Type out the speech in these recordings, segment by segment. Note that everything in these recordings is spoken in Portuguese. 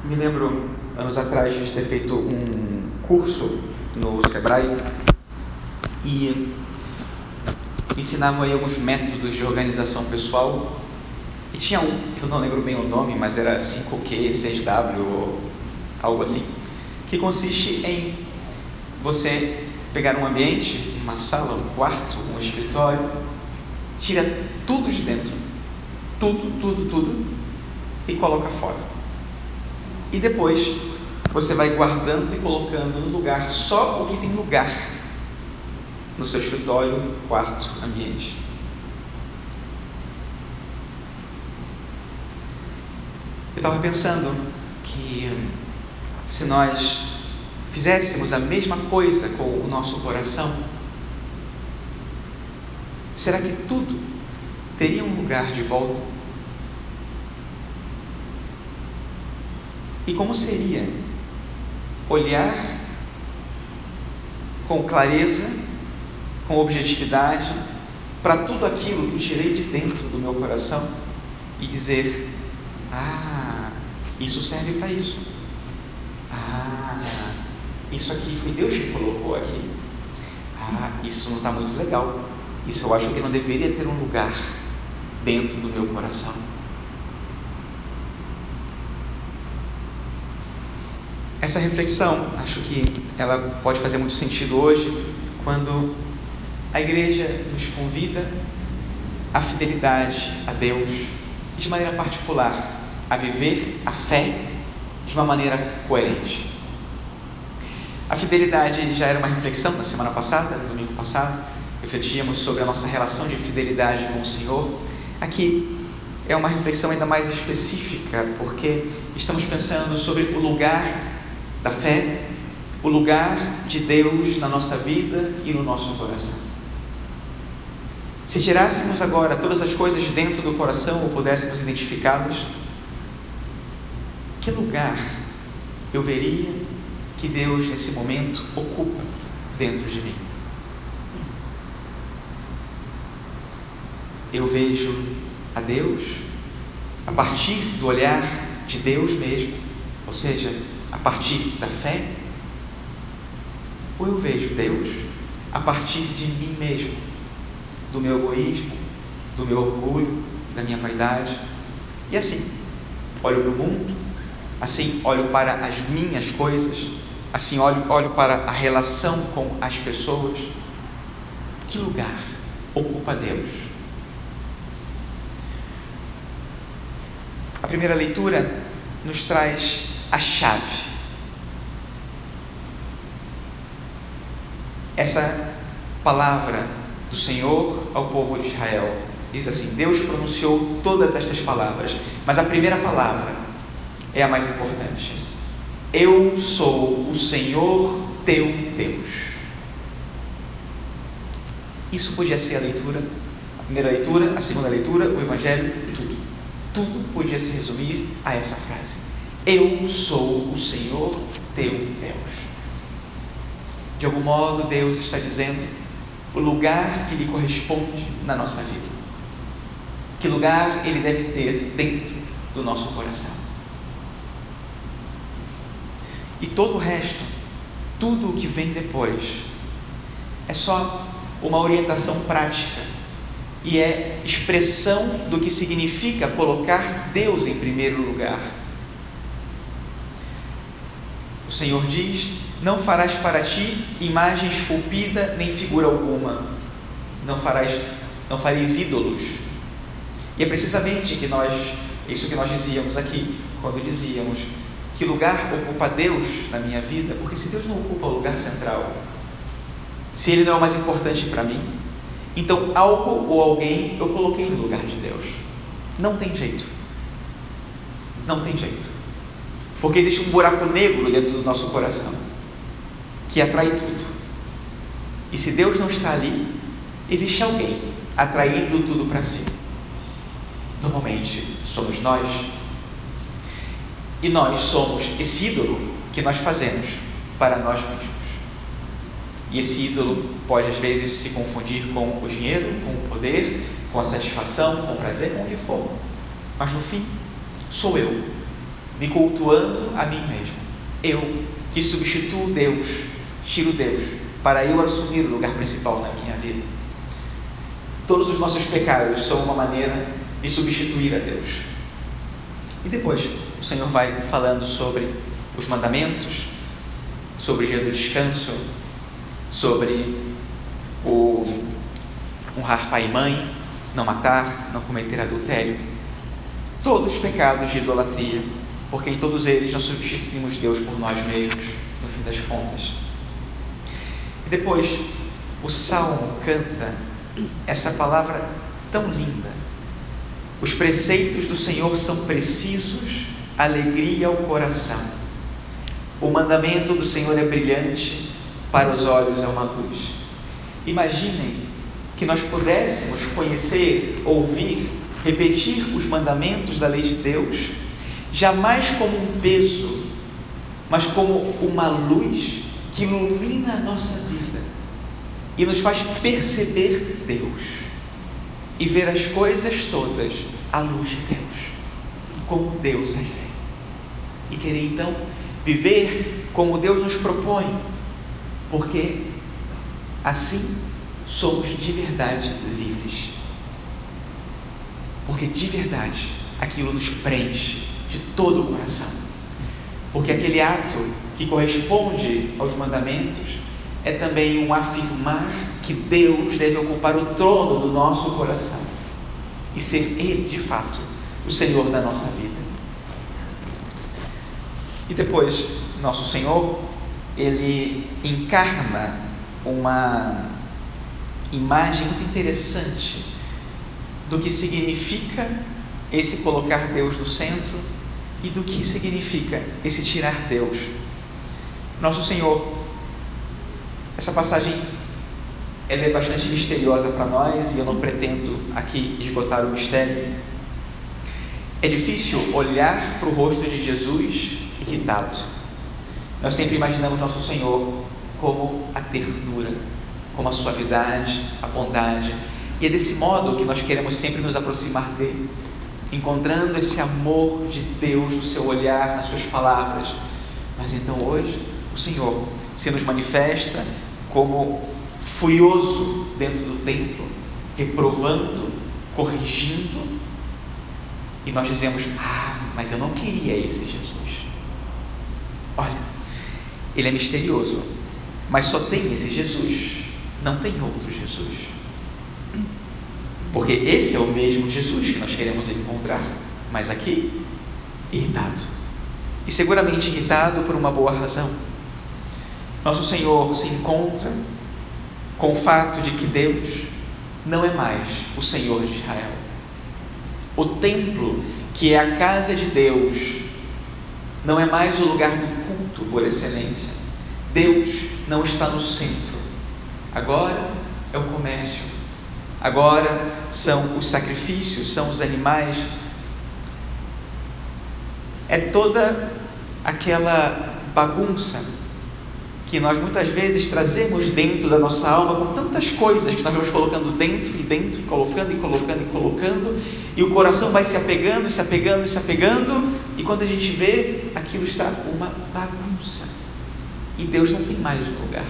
Me lembro, anos atrás, de ter feito um curso no Sebrae e ensinavam aí alguns métodos de organização pessoal. E tinha um, que eu não lembro bem o nome, mas era 5Q, 6W, ou algo assim, que consiste em você pegar um ambiente, uma sala, um quarto, um escritório, tira tudo de dentro, tudo, e coloca fora. E depois você vai guardando e colocando no lugar só o que tem lugar no seu escritório, quarto, ambiente. Eu estava pensando que se nós fizéssemos a mesma coisa com o nosso coração, será que tudo teria um lugar de volta? E como seria olhar com clareza, com objetividade, para tudo aquilo que eu tirei de dentro do meu coração e dizer: isso serve para isso. Isso aqui foi Deus que colocou aqui. Isso não está muito legal. Isso eu acho que não deveria ter um lugar dentro do meu coração. Essa reflexão, acho que ela pode fazer muito sentido hoje, quando a igreja nos convida à fidelidade a Deus, de maneira particular, a viver a fé de uma maneira coerente. A fidelidade já era uma reflexão na semana passada, no domingo passado, refletíamos sobre a nossa relação de fidelidade com o Senhor. Aqui é uma reflexão ainda mais específica, porque estamos pensando sobre o lugar da fé, o lugar de Deus na nossa vida e no nosso coração. Se tirássemos agora todas as coisas de dentro do coração ou pudéssemos identificá-las, que lugar eu veria que Deus nesse momento ocupa dentro de mim? Eu vejo a Deus a partir do olhar de Deus mesmo, ou seja, a partir da fé? Ou eu vejo Deus a partir de mim mesmo, do meu egoísmo, do meu orgulho, da minha vaidade? E assim, olho para o mundo, assim olho para as minhas coisas, assim olho para a relação com as pessoas. Que lugar ocupa Deus? A primeira leitura nos traz a chave. Essa palavra do Senhor ao povo de Israel diz assim: Deus pronunciou todas estas palavras, mas a primeira palavra é a mais importante. Eu sou o Senhor teu Deus. Isso podia ser a leitura, a primeira leitura, a segunda leitura, o Evangelho, tudo podia se resumir a essa frase: eu sou o Senhor teu Deus. De algum modo, Deus está dizendo o lugar que lhe corresponde na nossa vida, que lugar Ele deve ter dentro do nosso coração. E todo o resto, tudo o que vem depois, é só uma orientação prática e é expressão do que significa colocar Deus em primeiro lugar. O Senhor diz: não farás para ti imagem esculpida nem figura alguma, não fareis ídolos. E é precisamente isso que nós dizíamos aqui, quando dizíamos: que lugar ocupa Deus na minha vida? Porque se Deus não ocupa o lugar central, se Ele não é o mais importante para mim, então algo ou alguém eu coloquei no lugar de Deus. Não tem jeito, porque existe um buraco negro dentro do nosso coração que atrai tudo, e se Deus não está ali, existe alguém atraindo tudo para si. Normalmente somos nós, e nós somos esse ídolo que nós fazemos para nós mesmos. E esse ídolo pode às vezes se confundir com o dinheiro, com o poder, com a satisfação, com o prazer, com o que for, mas no fim sou eu. me cultuando a mim mesmo. Eu, que substituo Deus, tiro Deus, para eu assumir o lugar principal na minha vida. Todos os nossos pecados são uma maneira de substituir a Deus. E depois o Senhor vai falando sobre os mandamentos, sobre o dia do descanso, sobre o honrar pai e mãe, não matar, não cometer adultério. Todos os pecados de idolatria, porque em todos eles nós substituímos Deus por nós mesmos, no fim das contas. E depois o Salmo canta essa palavra tão linda: os preceitos do Senhor são precisos, alegria ao coração. O mandamento do Senhor é brilhante, para os olhos é uma luz. Imaginem que nós pudéssemos conhecer, ouvir, repetir os mandamentos da lei de Deus, jamais como um peso, mas como uma luz que ilumina a nossa vida e nos faz perceber Deus e ver as coisas todas à luz de Deus, como Deus é. E querer então viver como Deus nos propõe, porque assim somos de verdade livres. Porque de verdade aquilo nos preenche de todo o coração. Porque aquele ato que corresponde aos mandamentos é também um afirmar que Deus deve ocupar o trono do nosso coração e ser Ele, de fato, o Senhor da nossa vida. E depois, nosso Senhor, Ele encarna uma imagem muito interessante do que significa esse colocar Deus no centro e do que significa esse tirar Deus. Nosso Senhor, essa passagem ela é bastante misteriosa para nós e eu não pretendo aqui esgotar o mistério. É difícil olhar para o rosto de Jesus irritado. Nós sempre imaginamos nosso Senhor como a ternura, como a suavidade, a bondade, e é desse modo que nós queremos sempre nos aproximar dele, encontrando esse amor de Deus no seu olhar, nas suas palavras. Mas então hoje o Senhor se nos manifesta como furioso dentro do templo, reprovando, corrigindo, e nós dizemos: mas eu não queria esse Jesus. Olha, ele é misterioso, mas só tem esse Jesus, não tem outro Jesus, porque esse é o mesmo Jesus que nós queremos encontrar, mas aqui, irritado, e seguramente irritado por uma boa razão. Nosso Senhor se encontra com o fato de que Deus não é mais o Senhor de Israel. O templo, que é a casa de Deus, não é mais o lugar do culto por excelência. Deus não está no centro. Agora é o comércio, agora são os sacrifícios, são os animais, é toda aquela bagunça que nós muitas vezes trazemos dentro da nossa alma, com tantas coisas que nós vamos colocando dentro, e colocando, e o coração vai se apegando, e quando a gente vê, aquilo está uma bagunça, e Deus não tem mais um lugar.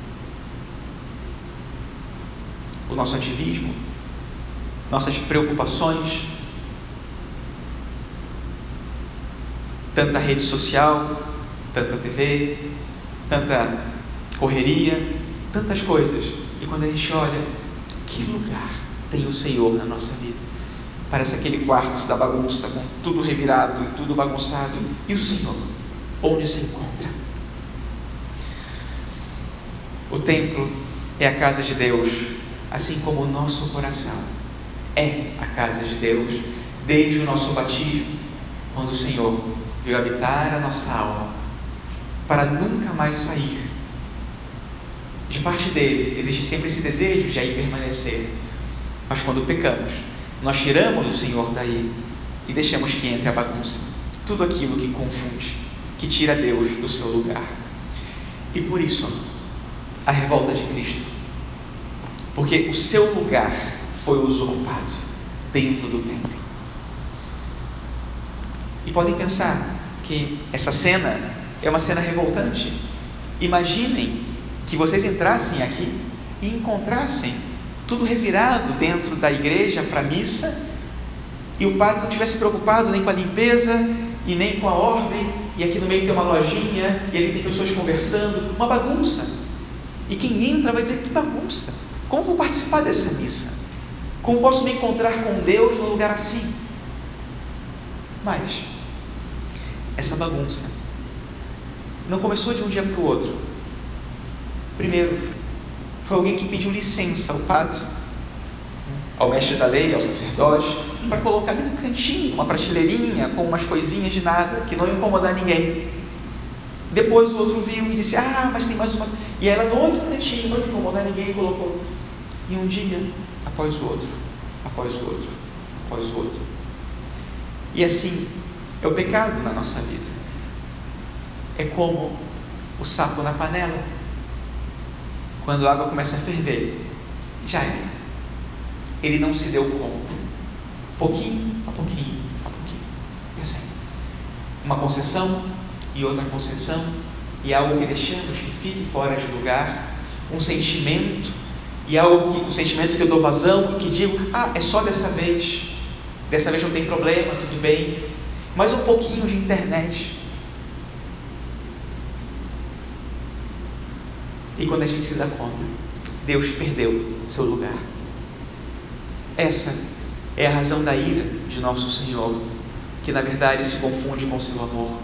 O nosso ativismo, nossas preocupações, tanta rede social, tanta TV, tanta correria, tantas coisas, e quando a gente olha, que lugar tem o Senhor na nossa vida? Parece aquele quarto da bagunça, com tudo revirado e tudo bagunçado, e o Senhor, onde se encontra? O templo é a casa de Deus, assim como o nosso coração é a casa de Deus, desde o nosso batismo, quando o Senhor veio habitar a nossa alma, para nunca mais sair. De parte dele existe sempre esse desejo de aí permanecer, mas quando pecamos, nós tiramos o Senhor daí e deixamos que entre a bagunça, tudo aquilo que confunde, que tira Deus do seu lugar. E por isso a revolta de Cristo, porque o seu lugar foi usurpado dentro do templo. E podem pensar, que essa cena é uma cena revoltante. Imaginem que vocês entrassem aqui e encontrassem tudo revirado dentro da igreja para a missa, e o padre não estivesse preocupado nem com a limpeza e nem com a ordem, e aqui no meio tem uma lojinha, e ali tem pessoas conversando, uma bagunça. E quem entra vai dizer: que bagunça, como vou participar dessa missa? Como posso me encontrar com Deus num lugar assim? Mas essa bagunça não começou de um dia para o outro. Primeiro, foi alguém que pediu licença ao padre, ao mestre da lei, ao sacerdote, para colocar ali no cantinho, uma prateleirinha com umas coisinhas de nada, que não ia incomodar ninguém. Depois o outro viu e disse: mas tem mais uma. E ela no outro cantinho, não ia incomodar ninguém, colocou. E um dia, após o outro, após o outro, após o outro. E assim é o pecado na nossa vida. É como o sapo na panela. Quando a água começa a ferver, já era. Ele não se deu conta. Pouquinho a pouquinho, a pouquinho. E assim, uma concessão e outra concessão, e algo que deixamos que fique fora de lugar, um sentimento, e um sentimento que eu dou vazão e que digo: é só dessa vez não tem problema, tudo bem. Mais um pouquinho de internet. E quando a gente se dá conta, Deus perdeu seu lugar. Essa é a razão da ira de nosso Senhor, que na verdade se confunde com seu amor.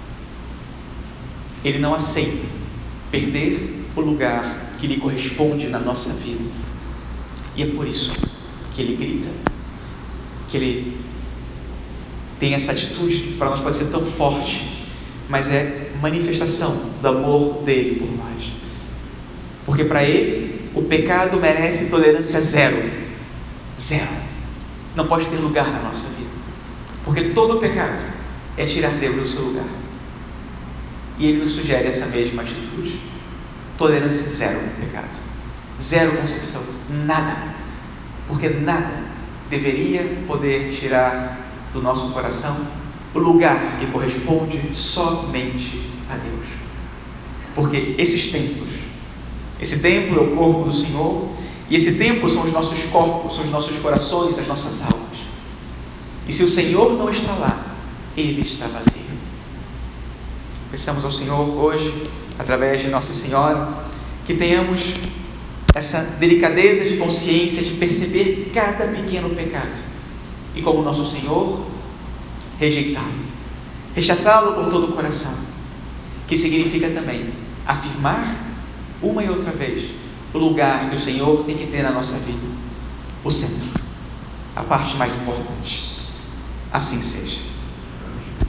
Ele não aceita perder o lugar que lhe corresponde na nossa vida. E é por isso que ele grita, que ele tem essa atitude que para nós pode ser tão forte, mas é manifestação do amor dele por nós. Porque para ele, o pecado merece tolerância zero. Zero. Não pode ter lugar na nossa vida. Porque todo pecado é tirar Deus do seu lugar. E ele nos sugere essa mesma atitude. Tolerância zero no pecado. Zero concessão. Nada. Porque nada deveria poder tirar do nosso coração o lugar que corresponde somente a Deus. Porque esses templos, esse templo é o corpo do Senhor, e esse templo são os nossos corpos, são os nossos corações, as nossas almas. E se o Senhor não está lá, Ele está vazio. Peçamos ao Senhor hoje, através de Nossa Senhora, que tenhamos essa delicadeza de consciência de perceber cada pequeno pecado e, como nosso Senhor, rejeitá-lo, rechaçá-lo com todo o coração, que significa também afirmar uma e outra vez o lugar que o Senhor tem que ter na nossa vida, o centro, a parte mais importante. Assim seja.